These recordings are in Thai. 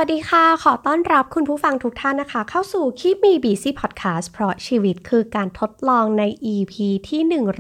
วัสดีค่ะขอต้อนรับคุณผู้ฟังทุกท่านนะคะเข้าสู่ Keep Me Busy Podcast เพราะชีวิตคือการทดลองใน EP ที่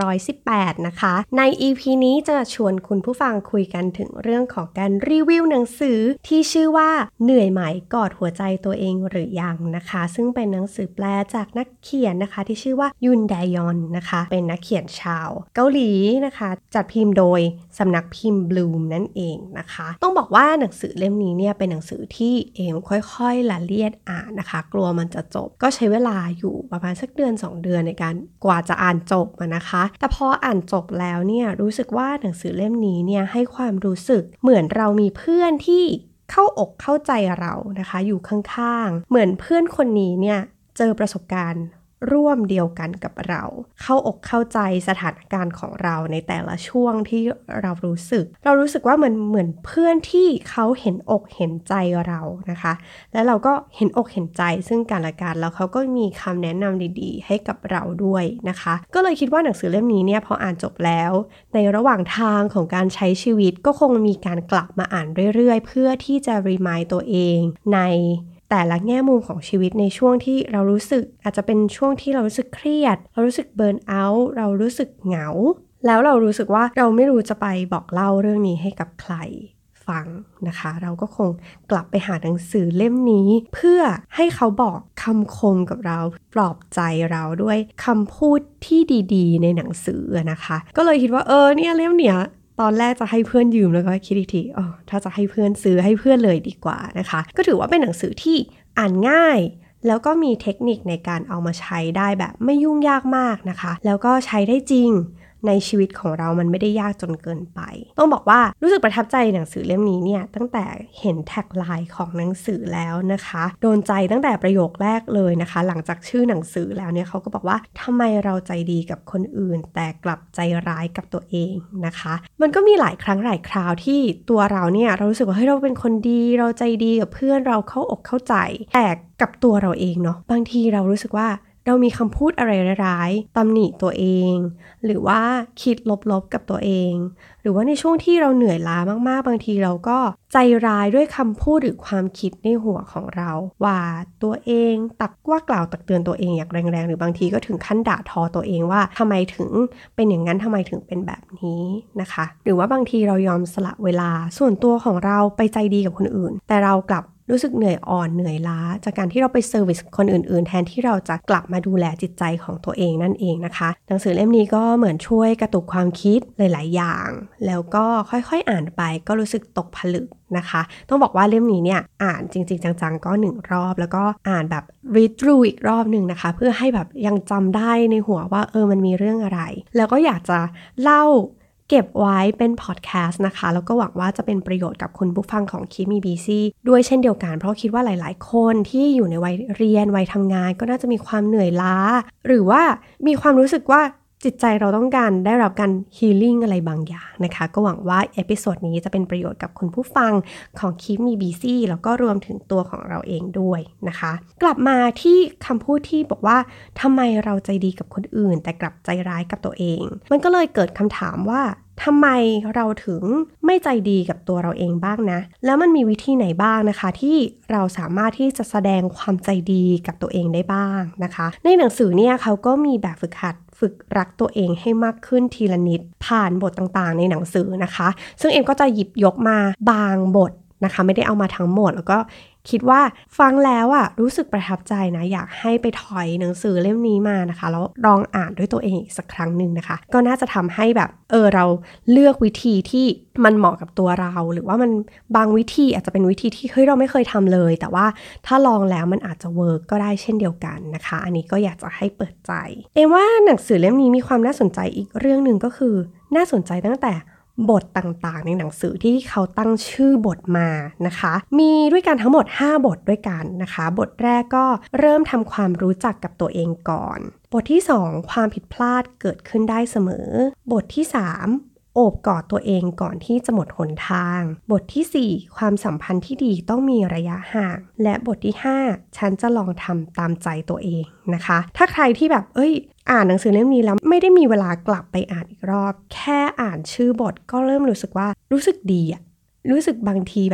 118นะคะใน EP นี้จะชวนคุณผู้ฟังคุยกันถึงเรื่องของการรีวิวหนังสือที่ชื่อว่าเหนื่อยไหมกอดหัวใจตัวเองหรือยังนะคะซึ่งเป็นหนังสือแปลจากนักเขียนนะคะที่ชื่อว่ายุนแดยอนนะคะเป็นนักเขียนชาวเกาหลีนะคะจัดพิมพ์โดยสำนักพิมพ์ Bloom นั่นเองนะคะต้องบอกว่าหนังสือเล่มนี้เนี่ยเป็นหนังสือที่เอมค่อยๆละเลียดอ่านนะคะกลัวมันจะจบก็ใช้เวลาอยู่ประมาณสักเดือน2เดือนในการกว่าจะอ่านจบนะคะแต่พออ่านจบแล้วเนี่ยรู้สึกว่าหนังสือเล่มนี้เนี่ยให้ความรู้สึกเหมือนเรามีเพื่อนที่เข้าอกเข้าใจเรานะคะอยู่ข้างๆเหมือนเพื่อนคนนี้เนี่ยเจอประสบการณ์ร่วมเดียวกันกับเราเข้าอกเข้าใจสถานการณ์ของเราในแต่ละช่วงที่เรารู้สึกว่ามันเหมือนเพื่อนที่เขาเห็นอกเห็นใจเรานะคะและเราก็เห็นอกเห็นใจซึ่งกันและกันแล้วเขาก็มีคำแนะนำดีๆให้กับเราด้วยนะคะก็เลยคิดว่าหนังสือเล่มนี้เนี่ยพออ่านจบแล้วในระหว่างทางของการใช้ชีวิตก็คงมีการกลับมาอ่านเรื่อยๆเพื่อที่จะรีมายด์ตัวเองในแต่ละแง่มุมของชีวิตในช่วงที่เรารู้สึกอาจจะเป็นช่วงที่เรารู้สึกเครียดเรารู้สึกเบิร์นเอาท์เรารู้สึกเหงาแล้วเรารู้สึกว่าเราไม่รู้จะไปบอกเล่าเรื่องนี้ให้กับใครฟังนะคะเราก็คงกลับไปหาหนังสือเล่มนี้เพื่อให้เขาบอกคำคมกับเราปลอบใจเราด้วยคำพูดที่ดีๆในหนังสือนะคะก็เลยคิดว่าเนี่ยเล่มเนี้ยตอนแรกจะให้เพื่อนยืมแล้วก็คิดอีกทีถ้าจะให้เพื่อนซื้อให้เพื่อนเลยดีกว่านะคะก็ถือว่าเป็นหนังสือที่อ่านง่ายแล้วก็มีเทคนิคในการเอามาใช้ได้แบบไม่ยุ่งยากมากนะคะแล้วก็ใช้ได้จริงในชีวิตของเรามันไม่ได้ยากจนเกินไปต้องบอกว่ารู้สึกประทับใจหนังสือเล่มนี้เนี่ยตั้งแต่เห็นแท็กไลน์ของหนังสือแล้วนะคะโดนใจตั้งแต่ประโยคแรกเลยนะคะหลังจากชื่อหนังสือแล้วเนี่ยเขาก็บอกว่าทำไมเราใจดีกับคนอื่นแต่กลับใจร้ายกับตัวเองนะคะมันก็มีหลายครั้งหลายคราวที่ตัวเราเนี่ยเรารู้สึกว่าเฮ้ยเราเป็นคนดีเราใจดีกับเพื่อนเราเข้าอกเข้าใจแต่กับตัวเราเองเนาะบางทีเรารู้สึกว่าเรามีคำพูดอะไรร้ายๆตำหนิตัวเองหรือว่าคิดลบๆกับตัวเองหรือว่าในช่วงที่เราเหนื่อยล้ามากๆบางทีเราก็ใจร้ายด้วยคำพูดหรือความคิดในหัวของเราว่าตัวเองว่ากล่าวตักเตือนตัวเองอย่างแรงๆหรือบางทีก็ถึงขั้นด่าทอตัวเองว่าทำไมถึงเป็นอย่างนั้นทำไมถึงเป็นแบบนี้นะคะหรือว่าบางทีเรายอมสละเวลาส่วนตัวของเราไปใจดีกับคนอื่นแต่เรากลับรู้สึกเหนื่อยอ่อนเหนื่อยล้าจากการที่เราไปเซอร์วิสคนอื่นๆแทนที่เราจะกลับมาดูแลจิตใจของตัวเองนั่นเองนะคะหนังสือเล่มนี้ก็เหมือนช่วยกระตุกความคิดหลายๆอย่างแล้วก็ค่อยๆอ่านไปก็รู้สึกตกผลึกนะคะต้องบอกว่าเล่มนี้เนี่ยอ่านจริงๆจังๆก็1รอบแล้วก็อ่านแบบ read through อีกรอบนึงนะคะเพื่อให้แบบยังจำได้ในหัวว่ามันมีเรื่องอะไรแล้วก็อยากจะเล่าเก็บไว้เป็นพอดแคสต์นะคะแล้วก็หวังว่าจะเป็นประโยชน์กับคุณผู้ฟังของ Keep Me Busy ด้วยเช่นเดียวกันเพราะคิดว่าหลายๆคนที่อยู่ในวัยเรียนวัยทำงานก็น่าจะมีความเหนื่อยล้าหรือว่ามีความรู้สึกว่าจิตใจเราต้องการได้รับการฮีลิ่งอะไรบางอย่างนะคะก็หวังว่าเอพิโซดนี้จะเป็นประโยชน์กับคุณผู้ฟังของ Keep Me Busy แล้วก็รวมถึงตัวของเราเองด้วยนะคะกลับมาที่คำพูดที่บอกว่าทำไมเราใจดีกับคนอื่นแต่กลับใจร้ายกับตัวเองมันก็เลยเกิดคำถามว่าทำไมเราถึงไม่ใจดีกับตัวเราเองบ้างนะแล้วมันมีวิธีไหนบ้างนะคะที่เราสามารถที่จะแสดงความใจดีกับตัวเองได้บ้างนะคะในหนังสือเนี่ยเขาก็มีแบบฝึกหัดฝึกรักตัวเองให้มากขึ้นทีละนิดผ่านบทต่างๆในหนังสือนะคะซึ่งเอ็มก็จะหยิบยกมาบางบทนะคะไม่ได้เอามาทั้งหมดแล้วก็คิดว่าฟังแล้วรู้สึกประทับใจนะอยากให้ไปถอยหนังสือเล่มนี้มานะคะแล้วลองอ่านด้วยตัวเองอีกสักครั้งหนึ่งนะคะก็น่าจะทำให้แบบเราเลือกวิธีที่มันเหมาะกับตัวเราหรือว่ามันบางวิธีอาจจะเป็นวิธีที่เราไม่เคยทำเลยแต่ว่าถ้าลองแล้วมันอาจจะเวิร์กก็ได้เช่นเดียวกันนะคะอันนี้ก็อยากจะให้เปิดใจว่าหนังสือเล่มนี้มีความน่าสนใจอีกเรื่องนึงก็คือน่าสนใจตั้งแต่บทต่างๆในหนังสือที่เขาตั้งชื่อบทมานะคะมีด้วยกันทั้งหมด5บทด้วยกันนะคะบทแรกก็เริ่มทำความรู้จักกับตัวเองก่อนบทที่2ความผิดพลาดเกิดขึ้นได้เสมอบทที่3โอบกอดตัวเองก่อนที่จะหมดหนทางบทที่4ความสัมพันธ์ที่ดีต้องมีระยะห่างและบทที่5ฉันจะลองทำตามใจตัวเองนะคะถ้าใครที่แบบอ่านหนังสือเล่มนี้แล้วไม่ได้มีเวลากลับไปอ่านอีกรอบแค่อ่านชื่อบทก็เริ่มรู้สึกว่ารู้สึกดีรู้สึกบางทีแบบ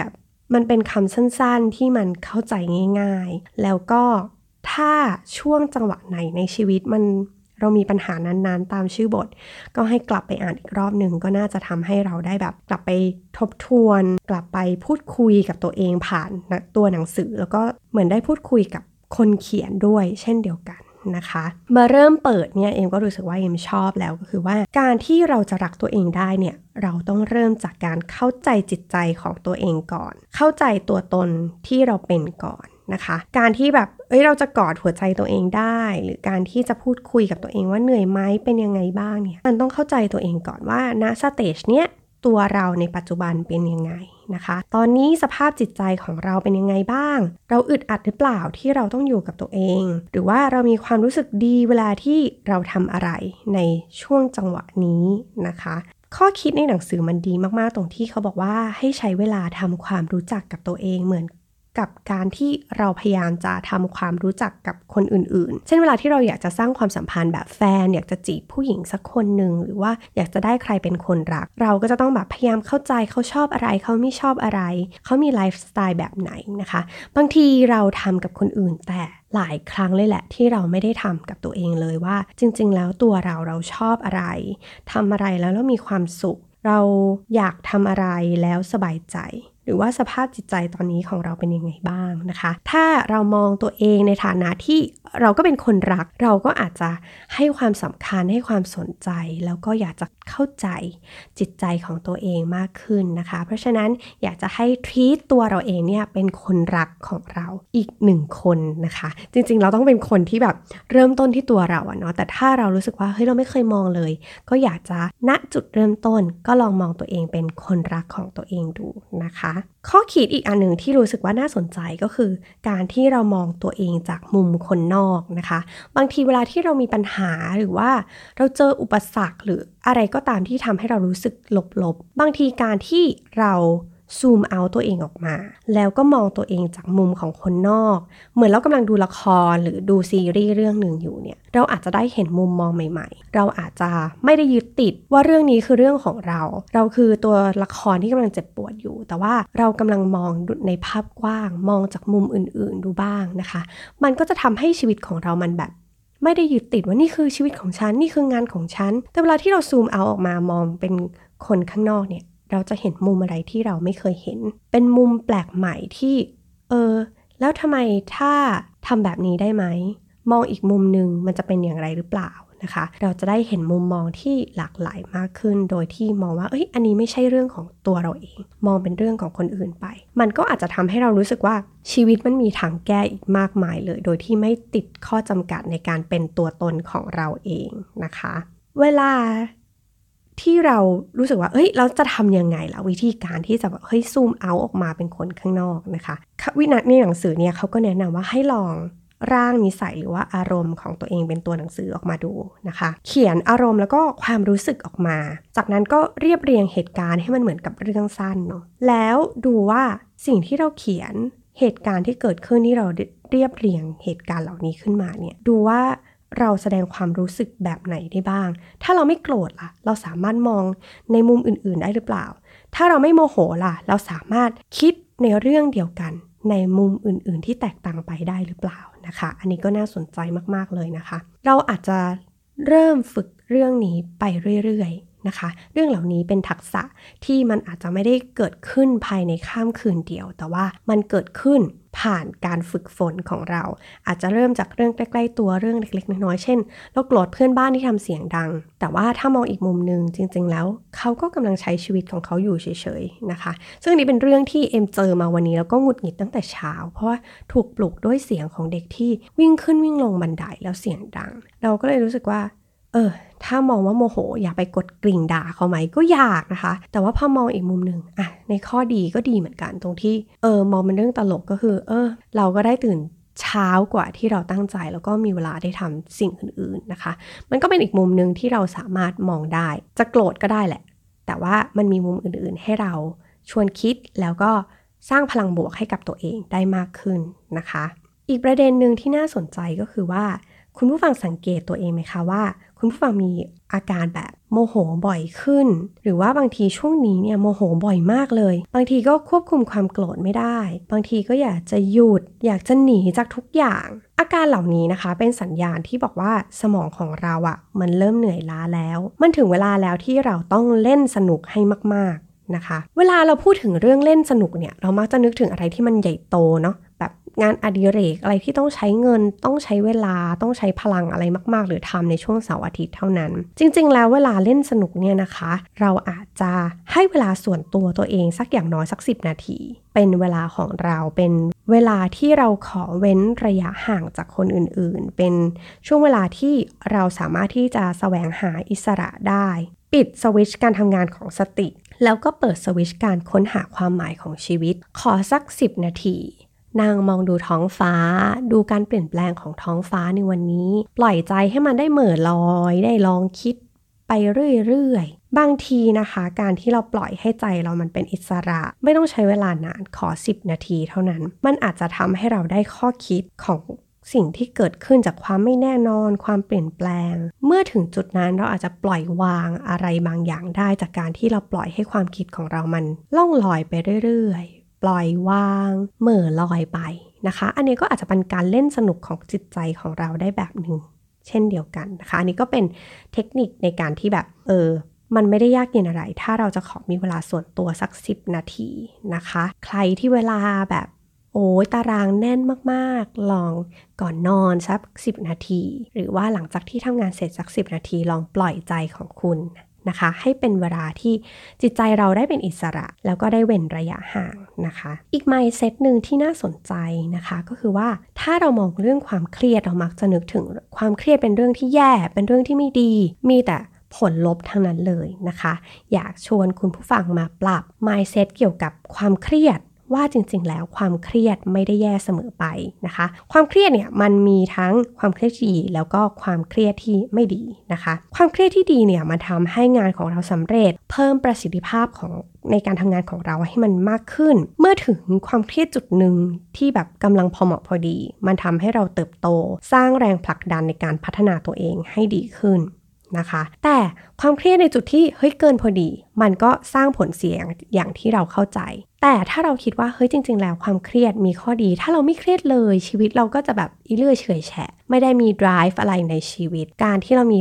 มันเป็นคำสั้นๆที่มันเข้าใจง่ายๆแล้วก็ถ้าช่วงจังหวะไหนในชีวิตเรามีปัญหานั้นๆตามชื่อบทก็ให้กลับไปอ่านอีกรอบหนึ่งก็น่าจะทำให้เราได้แบบกลับไปทบทวนกลับไปพูดคุยกับตัวเองผ่านตัวหนังสือแล้วก็เหมือนได้พูดคุยกับคนเขียนด้วยเช่นเดียวกันนะคะมาเริ่มเปิดเนี่ยเอมก็รู้สึกว่าเอมชอบแล้วก็คือว่าการที่เราจะรักตัวเองได้เนี่ยเราต้องเริ่มจากการเข้าใจจิตใจของตัวเองก่อนเข้าใจตัวตนที่เราเป็นก่อนนะคะการที่แบบเราจะกอดหัวใจตัวเองได้หรือการที่จะพูดคุยกับตัวเองว่าเหนื่อยไหมเป็นยังไงบ้างเนี่ยมันต้องเข้าใจตัวเองก่อนว่าณสเตจเนี้ยตัวเราในปัจจุบันเป็นยังไงนะคะตอนนี้สภาพจิตใจของเราเป็นยังไงบ้างเราอึดอัดหรือเปล่าที่เราต้องอยู่กับตัวเองหรือว่าเรามีความรู้สึกดีเวลาที่เราทำอะไรในช่วงจังหวะนี้นะคะข้อคิดในหนังสือมันดีมากๆตรงที่เขาบอกว่าให้ใช้เวลาทำความรู้จักกับตัวเองเหมือนกับการที่เราพยายามจะทำความรู้จักกับคนอื่นๆเช่นเวลาที่เราอยากจะสร้างความสัมพันธ์แบบแฟนอยากจะจีบผู้หญิงสักคนหนึ่งหรือว่าอยากจะได้ใครเป็นคนรักเราก็จะต้องแบบพยายามเข้าใจเขาชอบอะไรเขาไม่ชอบอะไรเขามีไลฟ์สไตล์แบบไหนนะคะบางทีเราทำกับคนอื่นแต่หลายครั้งเลยแหละที่เราไม่ได้ทำกับตัวเองเลยว่าจริงๆแล้วตัวเราชอบอะไรทำอะไรแล้วเรามีความสุขเราอยากทำอะไรแล้วสบายใจหรือว่าสภาพจิตใจตอนนี้ของเราเป็นยังไงบ้างนะคะถ้าเรามองตัวเองในฐานะที่เราก็เป็นคนรักเราก็อาจจะให้ความสำคัญให้ความสนใจแล้วก็อยากจะเข้าใจจิตใจของตัวเองมากขึ้นนะคะเพราะฉะนั้นอยากจะให้treatตัวเราเองเนี่ยเป็นคนรักของเราอีกหนึ่งคนนะคะจริงๆเราต้องเป็นคนที่แบบเริ่มต้นที่ตัวเราเนาะแต่ถ้าเรารู้สึกว่าเฮ้ยเราไม่เคยมองเลยก็อยากจะณจุดเริ่มต้นก็ลองมองตัวเองเป็นคนรักของตัวเองดูนะคะข้อคิดอีกอันหนึ่งที่รู้สึกว่าน่าสนใจก็คือการที่เรามองตัวเองจากมุมคนนอกนะคะบางทีเวลาที่เรามีปัญหาหรือว่าเราเจออุปสรรคหรืออะไรก็ตามที่ทำให้เรารู้สึกลบๆบางทีการที่เราซูมเอาตัวเองออกมาแล้วก็มองตัวเองจากมุมของคนนอกเหมือนเรากำลังดูละครหรือดูซีรีส์เรื่องหนึ่งอยู่เนี่ยเราอาจจะได้เห็นมุมมองใหม่ๆเราอาจจะไม่ได้ยึดติดว่าเรื่องนี้คือเรื่องของเราคือตัวละครที่กำลังเจ็บปวดอยู่แต่ว่าเรากำลังมองในภาพกว้างมองจากมุมอื่นๆดูบ้างนะคะมันก็จะทำให้ชีวิตของเรามันแบบไม่ได้ยึดติดว่านี่คือชีวิตของฉันนี่คืองานของฉันแต่เวลาที่เราซูมเอาออกมามองเป็นคนข้างนอกเนี่ยเราจะเห็นมุมอะไรที่เราไม่เคยเห็นเป็นมุมแปลกใหม่ที่แล้วทำไมถ้าทำแบบนี้ได้ไหมมองอีกมุมนึงมันจะเป็นอย่างไรหรือเปล่านะคะเราจะได้เห็นมุมมองที่หลากหลายมากขึ้นโดยที่มองว่าอันนี้ไม่ใช่เรื่องของตัวเราเองมองเป็นเรื่องของคนอื่นไปมันก็อาจจะทำให้เรารู้สึกว่าชีวิตมันมีทางแก้อีกมากมายเลยโดยที่ไม่ติดข้อจำกัดในการเป็นตัวตนของเราเองนะคะเวลาที่เรารู้สึกว่าเราจะทำยังไงล่ะวิธีการที่จะแบบซูมเอาออกมาเป็นคนข้างนอกนะคะวินัทในหนังสือเนี่ยเขาก็แนะนำว่าให้ลองร่างนิสัยหรือว่าอารมณ์ของตัวเองเป็นตัวหนังสือออกมาดูนะคะเขียนอารมณ์แล้วก็ความรู้สึกออกมาจากนั้นก็เรียบเรียงเหตุการณ์ให้มันเหมือนกับเรื่องสั้นเนาะแล้วดูว่าสิ่งที่เราเขียนเหตุการณ์ที่เกิดขึ้นที่เราเรียบเรียงเหตุการณ์เหล่านี้ขึ้นมาเนี่ยดูว่าเราแสดงความรู้สึกแบบไหนได้บ้างถ้าเราไม่โกรธล่ะเราสามารถมองในมุมอื่นๆได้หรือเปล่าถ้าเราไม่โมโหล่ะเราสามารถคิดในเรื่องเดียวกันในมุมอื่นๆที่แตกต่างไปได้หรือเปล่านะคะอันนี้ก็น่าสนใจมากๆเลยนะคะเราอาจจะเริ่มฝึกเรื่องนี้ไปเรื่อยๆนะคะเรื่องเหล่านี้เป็นทักษะที่มันอาจจะไม่ได้เกิดขึ้นภายในข้ามคืนเดียวแต่ว่ามันเกิดขึ้นผ่านการฝึกฝนของเราอาจจะเริ่มจากเรื่องใกล้ๆตัวเรื่องเล็กๆน้อยๆเช่นเราโกรธเพื่อนบ้านที่ทำเสียงดังแต่ว่าถ้ามองอีกมุมนึงจริงๆแล้วเขาก็กำลังใช้ชีวิตของเขาอยู่เฉยๆนะคะซึ่งนี้เป็นเรื่องที่เอ็มเจอมาวันนี้แล้วก็หงุดหงิดตั้งแต่เช้าเพราะว่าถูกปลุกด้วยเสียงของเด็กที่วิ่งขึ้นวิ่งลงบันไดแล้วเสียงดังเราก็เลยรู้สึกว่าถ้ามองว่าโมโหอยากไปกดกริ่งด่าเขาไหมก็อยากนะคะแต่ว่าพอมองอีกมุมนึงในข้อดีก็ดีเหมือนกันตรงที่มองเป็นเรื่องตลกก็คือเราก็ได้ตื่นเช้ากว่าที่เราตั้งใจแล้วก็มีเวลาได้ทำสิ่งอื่นๆนะคะมันก็เป็นอีกมุมนึงที่เราสามารถมองได้จะโกรธก็ได้แหละแต่ว่ามันมีมุมอื่นๆให้เราชวนคิดแล้วก็สร้างพลังบวกให้กับตัวเองได้มากขึ้นนะคะอีกประเด็นนึงที่น่าสนใจก็คือว่าคุณผู้ฟังสังเกตตัวเองไหมคะว่าคุณผู้ฟังมีอาการแบบโมโหบ่อยขึ้นหรือว่าบางทีช่วงนี้เนี่ยโมโหบ่อยมากเลยบางทีก็ควบคุมความโกรธไม่ได้บางทีก็อยากจะหยุดอยากจะหนีจากทุกอย่างอาการเหล่านี้นะคะเป็นสัญญาณที่บอกว่าสมองของเรามันเริ่มเหนื่อยล้าแล้วมันถึงเวลาแล้วที่เราต้องเล่นสนุกให้มากๆนะคะเวลาเราพูดถึงเรื่องเล่นสนุกเนี่ยเรามักจะนึกถึงอะไรที่มันใหญ่โตเนาะแบบงานอดิเรกอะไรที่ต้องใช้เงินต้องใช้เวลาต้องใช้พลังอะไรมากๆหรือทำในช่วงเสาร์อาทิตย์เท่านั้นจริงๆแล้วเวลาเล่นสนุกเนี่ยนะคะเราอาจจะให้เวลาส่วนตัวเองสักอย่างน้อยสัก10 นาทีเป็นเวลาของเราเป็นเวลาที่เราขอเว้นระยะห่างจากคนอื่นๆเป็นช่วงเวลาที่เราสามารถที่จะแสวงหาอิสระได้ปิดสวิตช์การทำงานของสติแล้วก็เปิดสวิตช์การค้นหาความหมายของชีวิตขอสัก10 นาทีนั่งมองดูท้องฟ้าดูการเปลี่ยนแปลงของท้องฟ้าในวันนี้ปล่อยใจให้มันได้เหม่อลอยได้ลองคิดไปเรื่อยๆบางทีนะคะการที่เราปล่อยให้ใจเรามันเป็นอิสระไม่ต้องใช้เวลานานขอ10 นาทีเท่านั้นมันอาจจะทำให้เราได้ข้อคิดของสิ่งที่เกิดขึ้นจากความไม่แน่นอนความเปลี่ยนแปลงเมื่อถึงจุดนั้นเราอาจจะปล่อยวางอะไรบางอย่างได้จากการที่เราปล่อยให้ความคิดของเรามันล่องลอยไปเรื่อยๆปล่อยวางเหม่อลอยไปนะคะอันนี้ก็อาจจะเป็นการเล่นสนุกของจิตใจของเราได้แบบหนึ่งเช่นเดียวกันนะคะอันนี้ก็เป็นเทคนิคในการที่แบบมันไม่ได้ยากเย็นอะไรถ้าเราจะขอมีเวลาส่วนตัวสัก10 นาทีนะคะใครที่เวลาแบบโอ้ยตารางแน่นมากๆลองก่อนนอนสัก10 นาทีหรือว่าหลังจากที่ทำงานเสร็จสัก10 นาทีลองปล่อยใจของคุณนะคะให้เป็นเวลาที่จิตใจเราได้เป็นอิสระแล้วก็ได้เว้นระยะห่างนะคะอีก mindset หนึ่งที่น่าสนใจนะคะก็คือว่าถ้าเรามองเรื่องความเครียดเรามักจะนึกถึงความเครียดเป็นเรื่องที่แย่เป็นเรื่องที่ไม่ดีมีแต่ผลลบทั้งนั้นเลยนะคะอยากชวนคุณผู้ฟังมาปรับ mindset เกี่ยวกับความเครียดว่าจริงๆแล้วความเครียดไม่ได้แย่เสมอไปนะคะความเครียดเนี่ยมันมีทั้งความเครียดที่ดีแล้วก็ความเครียดที่ไม่ดีนะคะความเครียดที่ดีเนี่ยมันทำให้งานของเราสำเร็จเพิ่มประสิทธิภาพของในการทำงานของเราให้มันมากขึ้นเมื่อถึงความเครียดจุดหนึ่งที่แบบกำลังพอเหมาะพอดีมันทำให้เราเติบโตสร้างแรงผลักดันในการพัฒนาตัวเองให้ดีขึ้นนะคะแต่ความเครียดในจุดที่เกินพอดีมันก็สร้างผลเสียอย่างที่เราเข้าใจแต่ถ้าเราคิดว่าจริงๆแล้วความเครียดมีข้อดีถ้าเราไม่เครียดเลยชีวิตเราก็จะแบบเลื่อยเฉยแฉะไม่ได้มี drive อะไรในชีวิตการที่เรามี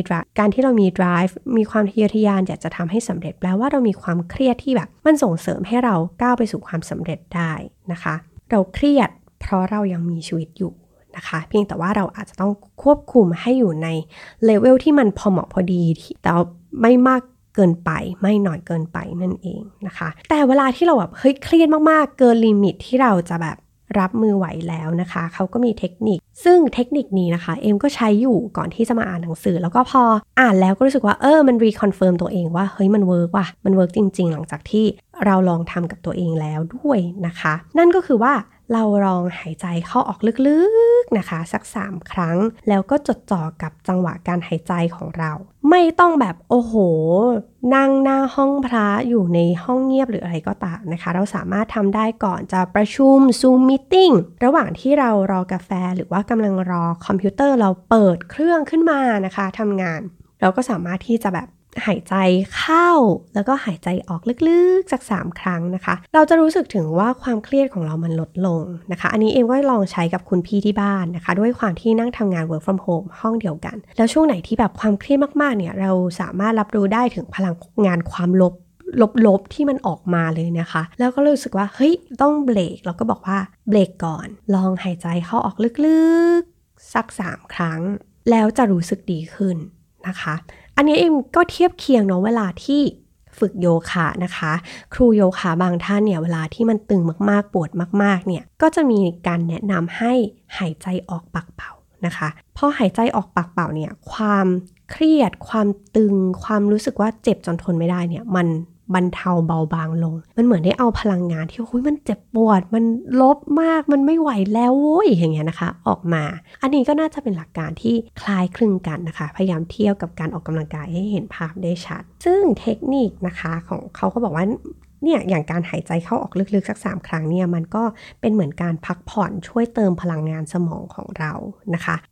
drive มีความทะเยอทะยานอยากจะทำให้สำเร็จแปลว่าเรามีความเครียดที่แบบมันส่งเสริมให้เราก้าวไปสู่ความสำเร็จได้นะคะเราเครียดเพราะเรายังมีชีวิตอยู่นะคะเพียงแต่ว่าเราอาจจะต้องควบคุมให้อยู่ในเลเวลที่มันพอเหมาะพอดีแต่ไม่มากเกินไปไม่น้อยเกินไปนั่นเองนะคะแต่เวลาที่เราแบบเครียดมากๆเกินลิมิตที่เราจะแบบรับมือไหวแล้วนะคะเขาก็มีเทคนิคซึ่งเทคนิคนี้นะคะเอ็มก็ใช้อยู่ก่อนที่จะมาอ่านหนังสือแล้วก็พออ่านแล้วก็รู้สึกว่ามันรีคอนเฟิร์มตัวเองว่ามันเวิร์กว่ะมันเวิร์กจริงๆหลังจากที่เราลองทำกับตัวเองแล้วด้วยนะคะนั่นก็คือว่าเราลองหายใจเข้าออกลึกๆนะคะสัก3 ครั้งแล้วก็จดจ่อกับจังหวะการหายใจของเราไม่ต้องแบบโอ้โหนั่งหน้าห้องพระอยู่ในห้องเงียบหรืออะไรก็ตามนะคะเราสามารถทำได้ก่อนจะประชุม Zoom Meeting ระหว่างที่เรารอกาแฟหรือว่ากำลังรอคอมพิวเตอร์เราเปิดเครื่องขึ้นมานะคะทำงานเราก็สามารถที่จะแบบหายใจเข้าแล้วก็หายใจออกลึกๆสัก3 ครั้งนะคะเราจะรู้สึกถึงว่าความเครียดของเรามันลดลงนะคะอันนี้เองก็ลองใช้กับคุณพี่ที่บ้านนะคะด้วยความที่นั่งทำงาน work from home ห้องเดียวกันแล้วช่วงไหนที่แบบความเครียดมากๆเนี่ยเราสามารถรับรู้ได้ถึงพลังงานความลบที่มันออกมาเลยนะคะแล้วก็รู้สึกว่าต้องเบรกเราก็บอกว่าเบรกก่อนลองหายใจเข้าออกลึกๆสัก3 ครั้งแล้วจะรู้สึกดีขึ้นนะคะอันนี้เองก็เทียบเคียงเนาะเวลาที่ฝึกโยคะนะคะครูโยคะบางท่านเนี่ยเวลาที่มันตึงมากๆปวดมากๆเนี่ยก็จะมีการแนะนำให้หายใจออกปากเป่านะคะพอหายใจออกปากเป่าเนี่ยความเครียดความตึงความรู้สึกว่าเจ็บจนทนไม่ได้เนี่ยมันบรรเทาเบาบางลงมันเหมือนได้เอาพลังงานที่มันเจ็บปวดมันลบมากมันไม่ไหวแล้วโว้ยอย่างเงี้ยนะคะออกมาอันนี้ก็น่าจะเป็นหลักการที่คล้ายคลึงกันนะคะพยายามเทียบกับการออกกำลังกายให้เห็นภาพได้ชัดซึ่งเทคนิคนะคะของเขาก็บอกว่าเนี่ยอย่างการหายใจเข้าออกลึกๆสัก3 ครั้งเนี่ยมันก็เป็นเหมือนการพักผ่อนช่วยเติมพลังงานสมองของเรานะคะ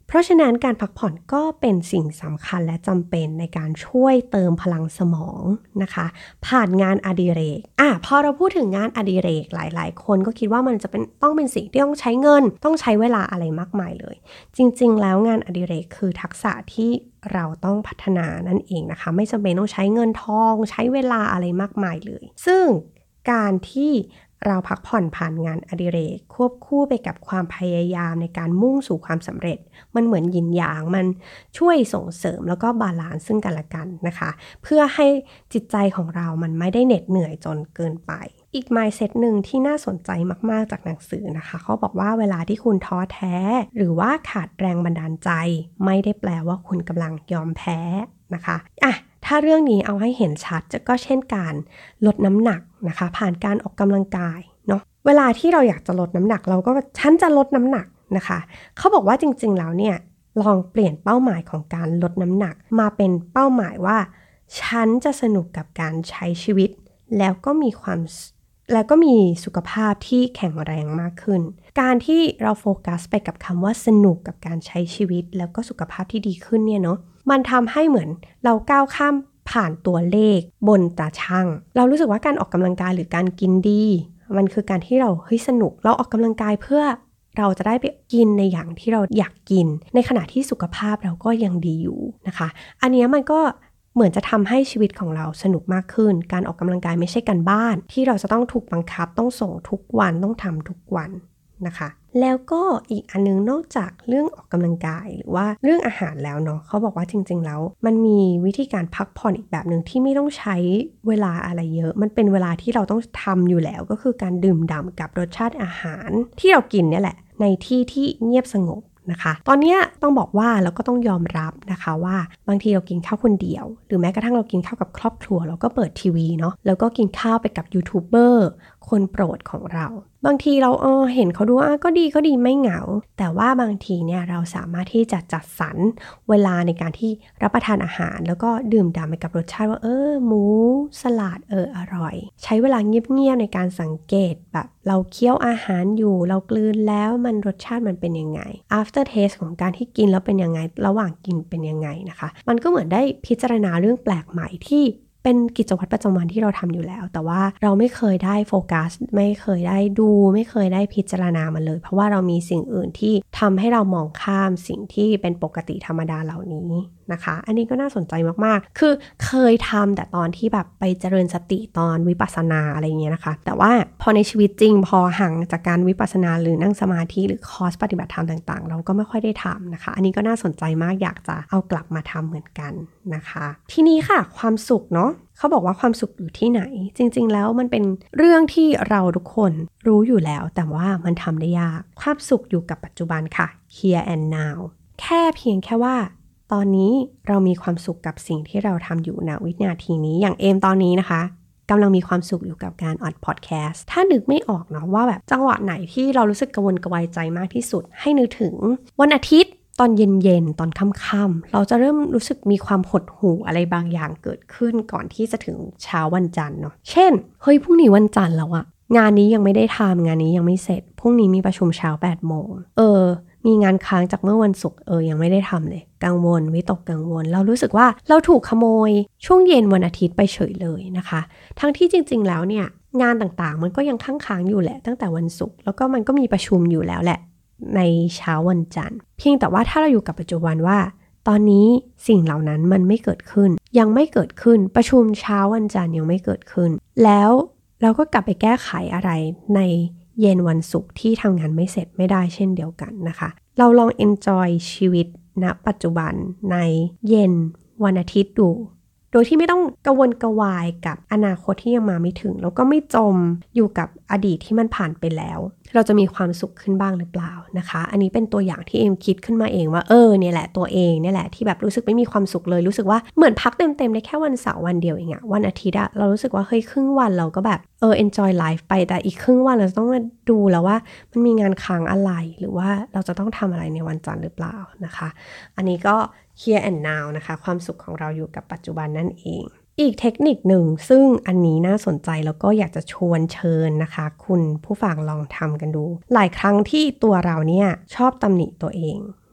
เพราะฉะนั้นการพักผ่อนก็เป็นสิ่งสำคัญและจำเป็นในการช่วยเติมพลังสมองนะคะผ่านงานอดิเรกพอเราพูดถึงงานอดิเรกหลายๆคนก็คิดว่ามันจะต้องเป็นสิ่งที่ต้องใช้เงินต้องใช้เวลาอะไรมากมายเลยจริงๆแล้วงานอดิเรกคือทักษะที่เราต้องพัฒนานั่นเองนะคะไม่จำเป็นต้องใช้เงินทองใช้เวลาอะไรมากมายเลยซึ่งการที่เราพักผ่อนผ่านงานอดิเรกควบคู่ไปกับความพยายามในการมุ่งสู่ความสำเร็จมันเหมือนหยินหยางมันช่วยส่งเสริมแล้วก็บาลานซ์ซึ่งกันและกันนะคะเพื่อให้จิตใจของเรามันไม่ได้เหน็ดเหนื่อยจนเกินไปอีก mindset หนึ่งที่น่าสนใจมากๆจากหนังสือนะคะเขาบอกว่าเวลาที่คุณท้อแท้หรือว่าขาดแรงบันดาลใจไม่ได้แปลว่าคุณกำลังยอมแพ้นะคะถ้าเรื่องนี้เอาให้เห็นชัดก็เช่นการลดน้ำหนักนะคะผ่านการออกกำลังกายเนาะเวลาที่เราอยากจะลดน้ำหนักเราก็ฉันจะลดน้ำหนักนะคะเขาบอกว่าจริงๆแล้วเนี่ยลองเปลี่ยนเป้าหมายของการลดน้ำหนักมาเป็นเป้าหมายว่าฉันจะสนุกกับการใช้ชีวิตแล้วก็มีสุขภาพที่แข็งแรงมากขึ้นการที่เราโฟกัสไปกับคำว่าสนุกกับการใช้ชีวิตแล้วก็สุขภาพที่ดีขึ้นเนี่ยเนาะมันทำให้เหมือนเราก้าวข้ามผ่านตัวเลขบนตาช่างเรารู้สึกว่าการออกกำลังกายหรือการกินดีมันคือการที่เราสนุกเราออกกำลังกายเพื่อเราจะได้ไปกินในอย่างที่เราอยากกินในขณะที่สุขภาพเราก็ยังดีอยู่นะคะอันนี้มันก็เหมือนจะทำให้ชีวิตของเราสนุกมากขึ้นการออกกำลังกายไม่ใช่การบ้านที่เราจะต้องถูกบังคับต้องส่งทุกวันต้องทำทุกวันนะคะแล้วก็อีกอันนึงนอกจากเรื่องออกกำลังกายหรือว่าเรื่องอาหารแล้วเนาะเขาบอกว่าจริงๆแล้วมันมีวิธีการพักผ่อนอีกแบบนึงที่ไม่ต้องใช้เวลาอะไรเยอะมันเป็นเวลาที่เราต้องทำอยู่แล้วก็คือการดื่มด่ำกับรสชาติอาหารที่เรากินเนี่ยแหละในที่ที่เงียบสงบนะคะตอนนี้ต้องบอกว่าเราก็ต้องยอมรับนะคะว่าบางทีเรากินข้าวคนเดียวหรือแม้กระทั่งเรากินข้าวกับครอบครัวเราก็เปิดทีวีเนาะแล้วก็กินข้าวไปกับยูทูบเบอร์คนโปรดของเราบางทีเราเห็นเขาดูก็ดีไม่เหงาแต่ว่าบางทีเนี่ยเราสามารถที่จะจัดสรรเวลาในการที่รับประทานอาหารแล้วก็ดื่มด่ำไปกับรสชาติว่าหมูสลัดอร่อยใช้เวลาเงียบๆในการสังเกตแบบเราเคี้ยวอาหารอยู่เรากลืนแล้วมันรสชาติมันเป็นยังไง after taste ของการที่กินแล้วเป็นยังไงระหว่างกินเป็นยังไงนะคะมันก็เหมือนได้พิจารณาเรื่องแปลกใหม่ที่เป็นกิจวัตรประจำวันที่เราทำอยู่แล้วแต่ว่าเราไม่เคยได้โฟกัสไม่เคยได้ดูไม่เคยได้พิจารณามันเลยเพราะว่าเรามีสิ่งอื่นที่ทำให้เรามองข้ามสิ่งที่เป็นปกติธรรมดาเหล่านี้นะคะอันนี้ก็น่าสนใจมากๆคือเคยทำแต่ตอนที่แบบไปเจริญสติตอนวิปัสสนาอะไรเงี้ยนะคะแต่ว่าพอในชีวิตจริงพอห่างจากการวิปัสสนาหรือนั่งสมาธิหรือคอร์สปฏิบัติธรรมต่างๆเราก็ไม่ค่อยได้ทำนะคะอันนี้ก็น่าสนใจมากอยากจะเอากลับมาทำเหมือนกันนะคะทีนี้ค่ะความสุขเนาะเขาบอกว่าความสุขอยู่ที่ไหนจริงๆแล้วมันเป็นเรื่องที่เราทุกคนรู้อยู่แล้วแต่ว่ามันทำได้ยากความสุขอยู่กับปัจจุบันค่ะ here and now แค่เพียงแค่ว่าตอนนี้เรามีความสุขกับสิ่งที่เราทำอยู่ณวินาทีนี้อย่างเอมตอนนี้นะคะกำลังมีความสุขอยู่กับการอัดพอดแคสต์ถ้านึกไม่ออกเนาะว่าแบบจังหวะไหนที่เรารู้สึกกังวลกระวายใจมากที่สุดให้นึกถึงวันอาทิตย์ตอนเย็นๆตอนค่ำๆเราจะเริ่มรู้สึกมีความหดหู่อะไรบางอย่างเกิดขึ้นก่อนที่จะถึงเช้าวันจันทร์เนาะเช่นเฮ้ยพรุ่งนี้วันจันทร์แล้วอะงานนี้ยังไม่ได้ทำงานนี้ยังไม่เสร็จพรุ่งนี้มีประชุมเช้า 8 โมงมีงานค้างจากเมื่อวันศุกร์ยังไม่ได้ทำเลยกังวลวิตกกังวลเรารู้สึกว่าเราถูกขโมยช่วงเย็นวันอาทิตย์ไปเฉยเลยนะคะทั้งที่จริงๆแล้วเนี่ยงานต่างๆมันก็ยังค้างอยู่แหละตั้งแต่วันศุกร์แล้วก็มันก็มีประชุมอยู่แล้วแหละในเช้าวันจันทร์เพียงแต่ว่าถ้าเราอยู่กับปัจจุบันว่าตอนนี้สิ่งเหล่านั้นมันไม่เกิดขึ้นยังไม่เกิดขึ้นประชุมเช้าวันจันทร์ยังไม่เกิดขึ้นแล้วเราก็กลับไปแก้ไขอะไรในเย็นวันศุกร์ที่ทำงานไม่เสร็จไม่ได้เช่นเดียวกันนะคะเราลอง enjoy ชีวิตณปัจจุบันในเย็นวันอาทิตย์ดูโดยที่ไม่ต้องกังวลกระวายกับอนาคตที่ยังมาไม่ถึงแล้วก็ไม่จมอยู่กับอดีตที่มันผ่านไปแล้วเราจะมีความสุขขึ้นบ้างหรือเปล่านะคะอันนี้เป็นตัวอย่างที่เอมคิดขึ้นมาเองว่าเนี่ยแหละตัวเองเนี่ยแหละที่แบบรู้สึกไม่มีความสุขเลยรู้สึกว่าเหมือนพักเต็มๆได้แค่วันเสาร์วันเดียวเองอะวันอาทิตย์อะเรารู้สึกว่าเฮ้ยครึ่งวันเราก็แบบenjoy life ไปแต่อีกครึ่งวันเราต้องมาดูแล้วว่ามันมีงานค้างอะไรหรือว่าเราจะต้องทำอะไรในวันจันทร์หรือเปล่านะคะอันนี้ก็ here and now นะคะความสุขของเราอยู่กับปัจจุบันนั่นเองอีกเทคนิคหนึ่งซึ่งอันนี้น่าสนใจแล้วก็อยากจะชวนเชิญนะคะคุณผู้ฟังลองทำกันดูหลายครั้งที่ตัวเราเนี่ยชอบตำหนิตัวเอง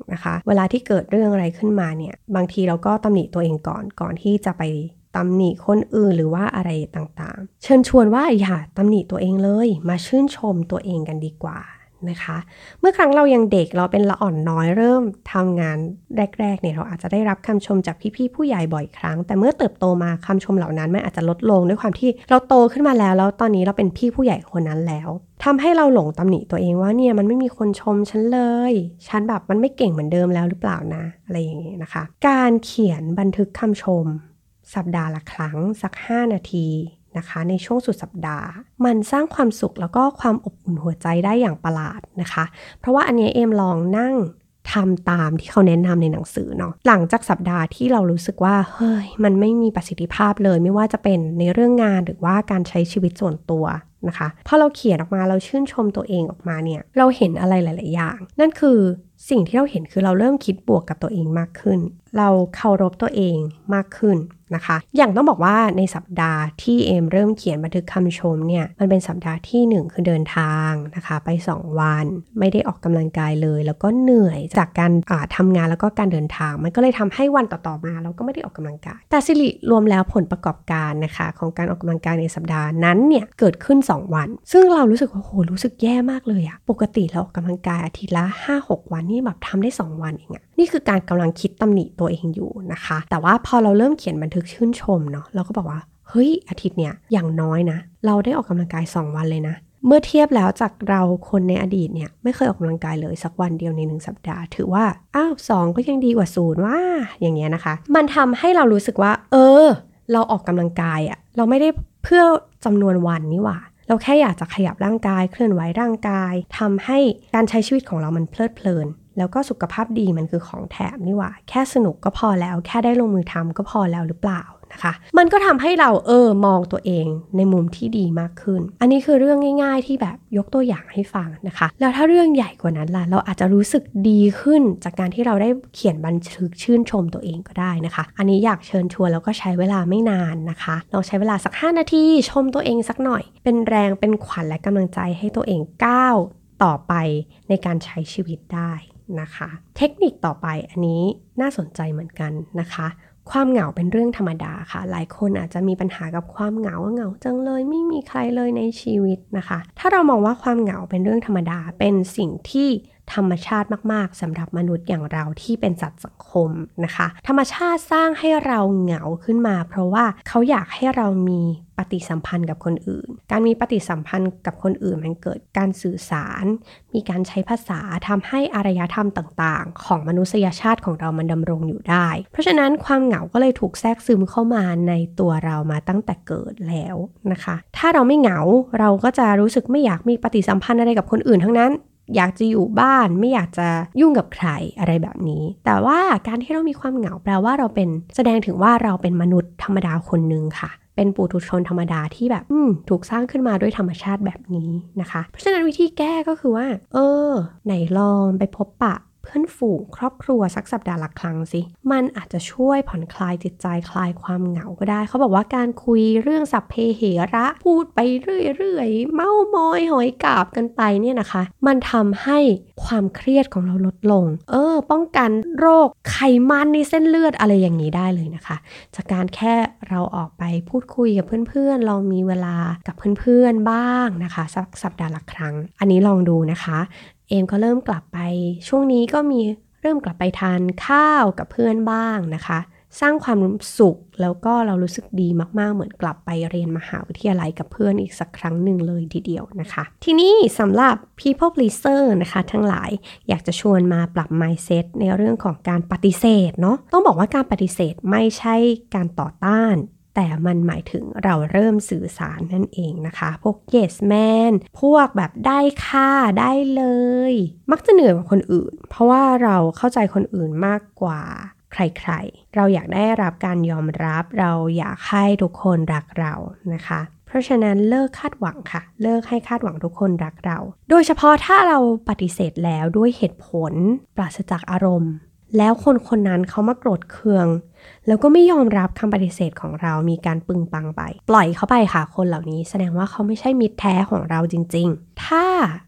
นะคะเวลาที่เกิดเรื่องอะไรขึ้นมาเนี่ยบางทีเราก็ตำหนิตัวเองก่อนที่จะไปตำหนิคนอื่นหรือว่าอะไรต่างๆเชิญชวนว่าอย่าตำหนิตัวเองเลยมาชื่นชมตัวเองกันดีกว่านะคะเมื่อครั้งเรายังเด็กเราเป็นละอ่อนน้อยเริ่มทำงานแรกๆเนี่ยเราอาจจะได้รับคำชมจากพี่ๆผู้ใหญ่บ่อยครั้งแต่เมื่อเติบโตมาคำชมเหล่านั้นมันอาจจะลดลงด้วยความที่เราโตขึ้นมาแล้วตอนนี้เราเป็นพี่ผู้ใหญ่คนนั้นแล้วทำให้เราหลงตำหนิตัวเองว่าเนี่ยมันไม่มีคนชมฉันเลยฉันแบบมันไม่เก่งเหมือนเดิมแล้วหรือเปล่านะอะไรอย่างเงี้ยนะคะการเขียนบันทึกคำชมสัปดาห์ละครั้งสัก5 นาทีนะคะในช่วงสุดสัปดาห์มันสร้างความสุขแล้วก็ความอบอุ่นหัวใจได้อย่างประหลาดนะคะเพราะว่าอันนี้เอมลองนั่งทำตามที่เขาแนะนำในหนังสือเนาะหลังจากสัปดาห์ที่เรารู้สึกว่าเฮ้ยมันไม่มีประสิทธิภาพเลยไม่ว่าจะเป็นในเรื่องงานหรือว่าการใช้ชีวิตส่วนตัวนะคะพอเราเขียนออกมาเราชื่นชมตัวเองออกมาเนี่ยเราเห็นอะไรหลายๆอย่างนั่นคือสิ่งที่เราเห็นคือเราเริ่มคิดบวกกับตัวเองมากขึ้นเราเคารพตัวเองมากขึ้นนะคะอย่างต้องบอกว่าในสัปดาห์ที่เอมเริ่มเขียนบันทึกคำชมเนี่ยมันเป็นสัปดาห์ที่1คือเดินทางนะคะไป2 วันไม่ได้ออกกำลังกายเลยแล้วก็เหนื่อยจากการทำงานแล้วก็การเดินทางมันก็เลยทำให้วันต่อๆมาเราก็ไม่ได้ออกกำลังกายแต่สิริรวมแล้วผลประกอบการนะคะของการออกกำลังกายในสัปดาห์นั้นเนี่ยเกิดขึ้น2 วันซึ่งเรารู้สึกว่าโหรู้สึกแย่มากเลยอะปกติเราออกกำลังกายอาทิตย์ละ 5-6 วันนี่แบบทำได้2 วันเองอะนี่คือการกำลังคิดตำหนิตัวเองอยู่นะคะแต่ว่าพอเราเริ่มเขียนบันทึกชื่นชมเนาะเราก็บอกว่าเฮ้ยอาทิตย์เนี้ยอย่างน้อยนะเราได้ออกกำลังกาย2 วันเลยนะเมื่อเทียบแล้วจากเราคนในอดีตเนี่ยไม่เคยออกกำลังกายเลยสักวันเดียวใน1 สัปดาห์ถือว่า2ก็ยังดีกว่า0ว่าอย่างเงี้ยนะคะมันทำให้เรารู้สึกว่าเราออกกำลังกายอะเราไม่ได้เพื่อจำนวนวันนี่หว่าเราแค่อยากจะขยับร่างกายเคลื่อนไหวร่างกายทำให้การใช้ชีวิตของเรามันเพลิดเพลินแล้วก็สุขภาพดีมันคือของแถมนี่หว่าแค่สนุกก็พอแล้วแค่ได้ลงมือทำก็พอแล้วหรือเปล่านะคะมันก็ทำให้เรามองตัวเองในมุมที่ดีมากขึ้นอันนี้คือเรื่องง่ายๆที่แบบยกตัวอย่างให้ฟังนะคะแล้วถ้าเรื่องใหญ่กว่านั้นล่ะเราอาจจะรู้สึกดีขึ้นจากการที่เราได้เขียนบันทึกชื่นชมตัวเองก็ได้นะคะอันนี้อยากเชิญชวนแล้วก็ใช้เวลาไม่นานนะคะลองใช้เวลาสัก5 นาทีชมตัวเองสักหน่อยเป็นแรงเป็นขวัญและกำลังใจให้ตัวเองก้าวต่อไปในการใช้ชีวิตได้นะคะเทคนิคต่อไปอันนี้น่าสนใจเหมือนกันนะคะความเหงาเป็นเรื่องธรรมดาค่ะหลายคนอาจจะมีปัญหากับความเหงาจังเลยไม่มีใครเลยในชีวิตนะคะถ้าเรามองว่าความเหงาเป็นเรื่องธรรมดาเป็นสิ่งที่ธรรมชาติมากๆสำหรับมนุษย์อย่างเราที่เป็นสัตว์สังคมนะคะธรรมชาติสร้างให้เราเหงาขึ้นมาเพราะว่าเขาอยากให้เรามีปฏิสัมพันธ์กับคนอื่นการมีปฏิสัมพันธ์กับคนอื่นมันเกิดการสื่อสารมีการใช้ภาษาทำให้อารยธรรมต่างๆของมนุษยชาติของเรามันดำรงอยู่ได้เพราะฉะนั้นความเหงาก็เลยถูกแทรกซึมเข้ามาในตัวเรามาตั้งแต่เกิดแล้วนะคะถ้าเราไม่เหงาเราก็จะรู้สึกไม่อยากมีปฏิสัมพันธ์อะไรกับคนอื่นทั้งนั้นอยากจะอยู่บ้านไม่อยากจะยุ่งกับใครอะไรแบบนี้แต่ว่าการที่เรามีความเหงาแปลว่าเราเป็นแสดงถึงว่าเราเป็นมนุษย์ธรรมดาคนนึงค่ะเป็นปุถุชนธรรมดาที่แบบถูกสร้างขึ้นมาด้วยธรรมชาติแบบนี้นะคะเพราะฉะนั้นวิธีแก้ก็คือว่าไหนลองไปพบปะเพื่อนฝูงครอบครัวสักสัปดาห์ละครั้งสิมันอาจจะช่วยผ่อนคลายจิตใจคลายความเหงาก็ได้เขาบอกว่าการคุยเรื่องสัพเพเหระพูดไปเรื่อยๆเม้ามอยหอยกาบกันไปเนี่ยนะคะมันทำให้ความเครียดของเราลดลงป้องกันโรคไขมันในเส้นเลือดอะไรอย่างนี้ได้เลยนะคะจากการแค่เราออกไปพูดคุยกับเพื่อนๆเรามีเวลากับเพื่อนๆบ้างนะคะสัปดาห์ละครั้งอันนี้ลองดูนะคะเอมก็เริ่มกลับไปช่วงนี้ก็มีเริ่มกลับไปทานข้าวกับเพื่อนบ้างนะคะสร้างความสุขแล้วก็เรารู้สึกดีมากๆเหมือนกลับไปเรียนมหาวิทยาลัยกับเพื่อนอีกสักครั้งหนึ่งเลยทีเดียวนะคะทีนี้สำหรับ people pleaser นะคะทั้งหลายอยากจะชวนมาปรับ mindset ในเรื่องของการปฏิเสธเนาะต้องบอกว่าการปฏิเสธไม่ใช่การต่อต้านแต่มันหมายถึงเราเริ่มสื่อสารนั่นเองนะคะพวก yes man พวกแบบได้ค่ะได้เลยมักจะเหนื่อยกว่าคนอื่นเพราะว่าเราเข้าใจคนอื่นมากกว่าใครๆเราอยากได้รับการยอมรับเราอยากให้ทุกคนรักเรานะคะเพราะฉะนั้นเลิกคาดหวังค่ะเลิกให้คาดหวังทุกคนรักเราโดยเฉพาะถ้าเราปฏิเสธแล้วด้วยเหตุผลปราศจากอารมณ์แล้วคนนั้นเขามาโกรธเคืองแล้วก็ไม่ยอมรับคำปฏิเสธของเรามีการปึงปังไปปล่อยเขาไปค่ะคนเหล่านี้แสดงว่าเขาไม่ใช่มิตรแท้ของเราจริงๆถ้า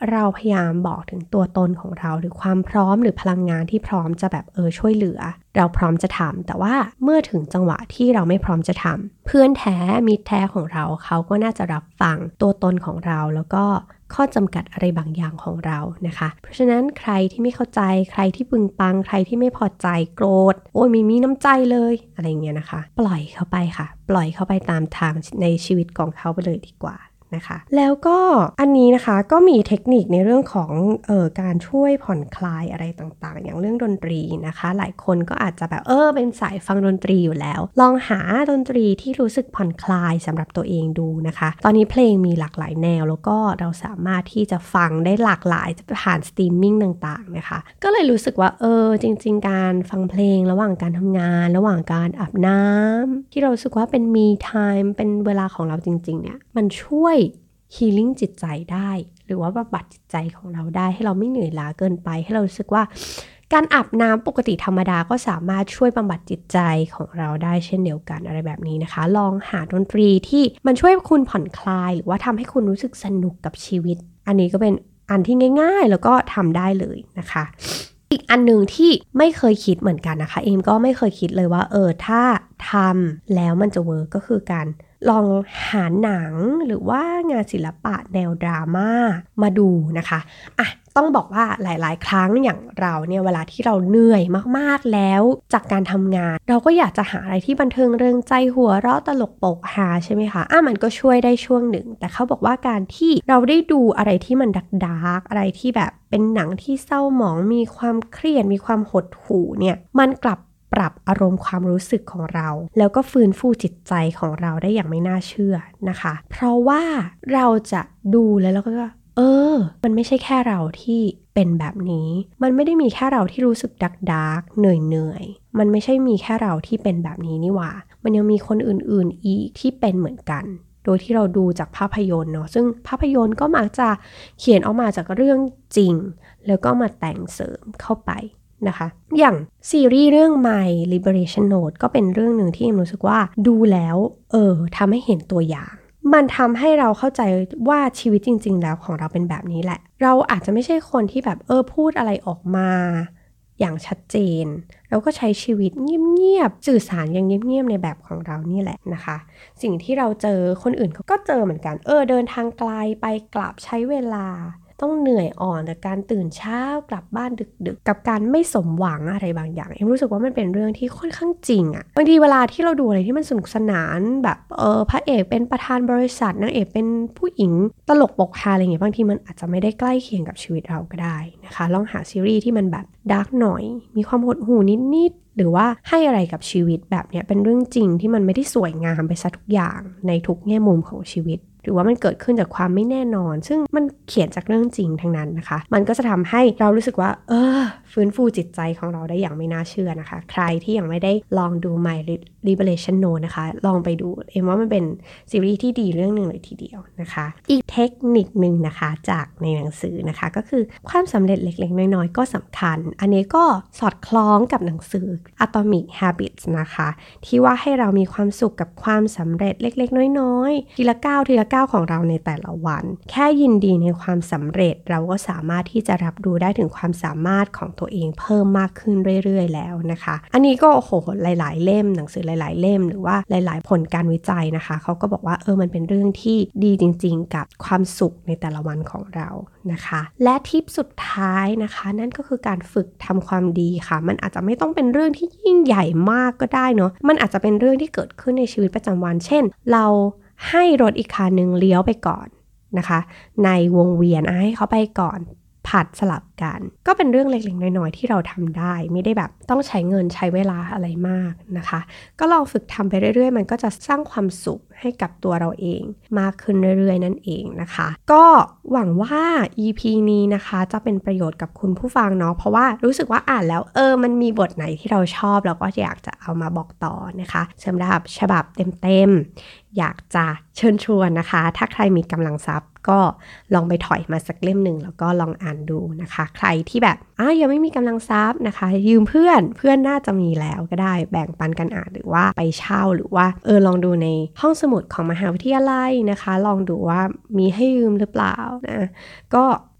เราพยายามบอกถึงตัวตนของเราหรือความพร้อมหรือพลังงานที่พร้อมจะแบบช่วยเหลือเราพร้อมจะทำแต่ว่าเมื่อถึงจังหวะที่เราไม่พร้อมจะทำเพื่อนแท้มิตรแท้ของเราเขาก็น่าจะรับฟังตัวตนของเราแล้วก็ข้อจำกัดอะไรบางอย่างของเรานะคะเพราะฉะนั้นใครที่ไม่เข้าใจใครที่ปึงปังใครที่ไม่พอใจโกรธโอ้ยไม่มีน้ำใจเลยอะไรเงี้ยนะคะปล่อยเขาไปค่ะปล่อยเขาไปตามทางในชีวิตของเขาไปเลยดีกว่านะคะแล้วก็อันนี้นะคะก็มีเทคนิคในเรื่องของการช่วยผ่อนคลายอะไรต่างๆอย่างเรื่องดนตรีนะคะหลายคนก็อาจจะแบบเป็นสายฟังดนตรีอยู่แล้วลองหาดนตรีที่รู้สึกผ่อนคลายสำหรับตัวเองดูนะคะตอนนี้เพลงมีหลากหลายแนวแล้วก็เราสามารถที่จะฟังได้หลากหลายผ่านสตรีมมิ่งต่างๆนะคะก็เลยรู้สึกว่าจริงๆการฟังเพลงระหว่างการทำงานระหว่างการอาบน้ำที่เรารู้สึกว่าเป็น me time เป็นเวลาของเราจริงๆเนี่ยมันช่วยhealing จิตใจได้หรือว่าบำบัดจิตใจของเราได้ให้เราไม่เหนื่อยล้าเกินไปให้เรารู้สึกว่าการอาบน้ำปกติธรรมดาก็สามารถช่วยบำบัดจิตใจของเราได้เช่นเดียวกันอะไรแบบนี้นะคะลองหาดนตรีที่มันช่วยคุณผ่อนคลายหรือว่าทำให้คุณรู้สึกสนุกกับชีวิตอันนี้ก็เป็นอันที่ง่ายๆแล้วก็ทำได้เลยนะคะอีกอันหนึ่งที่ไม่เคยคิดเหมือนกันนะคะเอมก็ไม่เคยคิดเลยว่าถ้าทำแล้วมันจะเวิร์กก็คือการลองหาหนังหรือว่างานศิลปะแนวดราม่ามาดูนะคะต้องบอกว่าหลายๆครั้งอย่างเราเนี่ยเวลาที่เราเหนื่อยมากๆแล้วจากการทำงานเราก็อยากจะหาอะไรที่บันเทิงเริงใจหัวเราะตลกโปกฮาใช่ไหมคะมันก็ช่วยได้ช่วงหนึ่งแต่เขาบอกว่าการที่เราได้ดูอะไรที่มันดาร์กอะไรที่แบบเป็นหนังที่เศร้าหมองมีความเครียดมีความหดหู่เนี่ยมันกลับปรับอารมณ์ความรู้สึกของเราแล้วก็ฟื้นฟูจิตใจของเราได้อย่างไม่น่าเชื่อนะคะเพราะว่าเราจะดูแล้วเราก็มันไม่ใช่แค่เราที่เป็นแบบนี้มันไม่ได้มีแค่เราที่รู้สึกดาร์กเหนื่อยมันไม่ใช่มีแค่เราที่เป็นแบบนี้นี่หว่ามันยังมีคนอื่นๆอีกที่เป็นเหมือนกันโดยที่เราดูจากภาพยนตร์เนาะซึ่งภาพยนตร์ก็มักจะเขียนออกมาจากเรื่องจริงแล้วก็มาแต่งเสริมเข้าไปนะคะอย่างซีรีส์เรื่อง My Liberation Note ก็เป็นเรื่องหนึ่งที่เอ็มรู้สึกว่าดูแล้วทำให้เห็นตัวอย่างมันทำให้เราเข้าใจว่าชีวิตจริงๆแล้วของเราเป็นแบบนี้แหละเราอาจจะไม่ใช่คนที่แบบพูดอะไรออกมาอย่างชัดเจนเราก็ใช้ชีวิตเงียบๆสื่อสารอย่างเงียบๆในแบบของเรานี่แหละนะคะสิ่งที่เราเจอคนอื่นเขาก็เจอเหมือนกันเดินทางไกลไปกลับใช้เวลาต้องเหนื่อยอ่อนจากการตื่นเช้ากลับบ้านดึกๆกับการไม่สมหวังอะไรบางอย่างเอ็มรู้สึกว่ามันเป็นเรื่องที่ค่อนข้างจริงอะบางทีเวลาที่เราดูอะไรที่มันสนุกสนานแบบพระเอกเป็นประธานบริษัทนางเอกเป็นผู้หญิงตลกปกฮาอะไรอย่างเงี้ยบางทีมันอาจจะไม่ได้ใกล้เคียงกับชีวิตเราก็ได้นะคะลองหาซีรีส์ที่มันแบบดาร์กหน่อยมีความหดหู่นิดๆหรือว่าให้อะไรกับชีวิตแบบเนี้ยเป็นเรื่องจริงที่มันไม่ได้สวยงามไปซะทุกอย่างในทุกแง่มุมของชีวิตหรือว่ามันเกิดขึ้นจากความไม่แน่นอนซึ่งมันเขียนจากเรื่องจริงทั้งนั้นนะคะมันก็จะทำให้เรารู้สึกว่าฟื้นฟูจิตใจของเราได้อย่างไม่น่าเชื่อนะคะใครที่ยังไม่ได้ลองดู My Liberation Note นะคะลองไปดูเอ็มว่ามันเป็นซีรีส์ที่ดีเรื่องหนึ่งเลยทีเดียวนะคะอีกเทคนิคนึงนะคะจากในหนังสือนะคะก็คือความสำเร็จเล็กๆน้อยๆก็สำคัญอันนี้ก็สอดคล้องกับหนังสือ Atomic Habits นะคะที่ว่าให้เรามีความสุขกับความสำเร็จเล็กๆน้อยๆทีละก้าวของเราในแต่ละวันแค่ยินดีในความสำเร็จเราก็สามารถที่จะรับรู้ได้ถึงความสามารถของตัวเองเพิ่มมากขึ้นเรื่อยๆแล้วนะคะอันนี้ก็หลายๆเล่มหนังสือหลายๆเล่มหรือว่าหลายๆผลการวิจัยนะคะเขาก็บอกว่ามันเป็นเรื่องที่ดีจริงๆกับความสุขในแต่ละวันของเรานะคะและทิปสุดท้ายนะคะนั่นก็คือการฝึกทำความดีค่ะมันอาจจะไม่ต้องเป็นเรื่องที่ยิ่งใหญ่มากก็ได้เนาะมันอาจจะเป็นเรื่องที่เกิดขึ้นในชีวิตประจำวันเช่นเราให้รถอีกคันนึงเลี้ยวไปก่อนนะคะในวงเวียนให้เขาไปก่อนผัดสลับกันก็เป็นเรื่องเล็กๆน้อยๆที่เราทำได้ไม่ได้แบบต้องใช้เงินใช้เวลาอะไรมากนะคะก็ลองฝึกทำไปเรื่อยๆมันก็จะสร้างความสุขให้กับตัวเราเองมากขึ้นเรื่อยๆนั่นเองนะคะก็หวังว่า EP นี้นะคะจะเป็นประโยชน์กับคุณผู้ฟังเนาะเพราะว่ารู้สึกว่าอ่านแล้วมันมีบทไหนที่เราชอบแล้วก็อยากจะเอามาบอกต่อนะคะสำหรับฉบับเต็มๆอยากจะเชิญชวนนะคะถ้าใครมีกำลังทรัพย์ก็ลองไปถอยมาสักเล่มหนึ่งแล้วก็ลองอ่านดูนะคะใครที่แบบยังไม่มีกำลังทรัพย์นะคะยืมเพื่อนน่าจะมีแล้วก็ได้แบ่งปันกันอ่านหรือว่าไปเช่าหรือว่าลองดูในห้องสมุดของมหาวิทยาลัยนะคะลองดูว่ามีให้ยืมหรือเปล่านะก็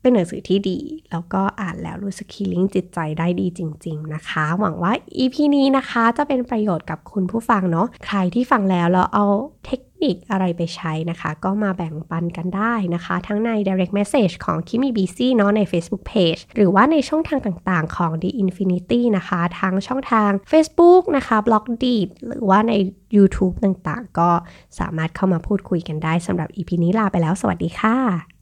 เป็นหนังสือที่ดีแล้วก็อ่านแล้วรู้สึกฮีลิ่งจิตใจได้ดีจริงๆนะคะหวังว่า EP นี้นะคะจะเป็นประโยชน์กับคุณผู้ฟังเนาะใครที่ฟังแล้วเอาเทคนิคอะไรไปใช้นะคะก็มาแบ่งปันกันได้นะคะทั้งใน direct message ของ Kimi Busy เนาะใน Facebook Page หรือว่าในช่องทางต่างๆของ The Infinity นะคะทั้งช่องทาง Facebook นะคะ Blogdit หรือว่าใน YouTube ต่างๆก็สามารถเข้ามาพูดคุยกันได้สำหรับ EP นี้ลาไปแล้วสวัสดีค่ะ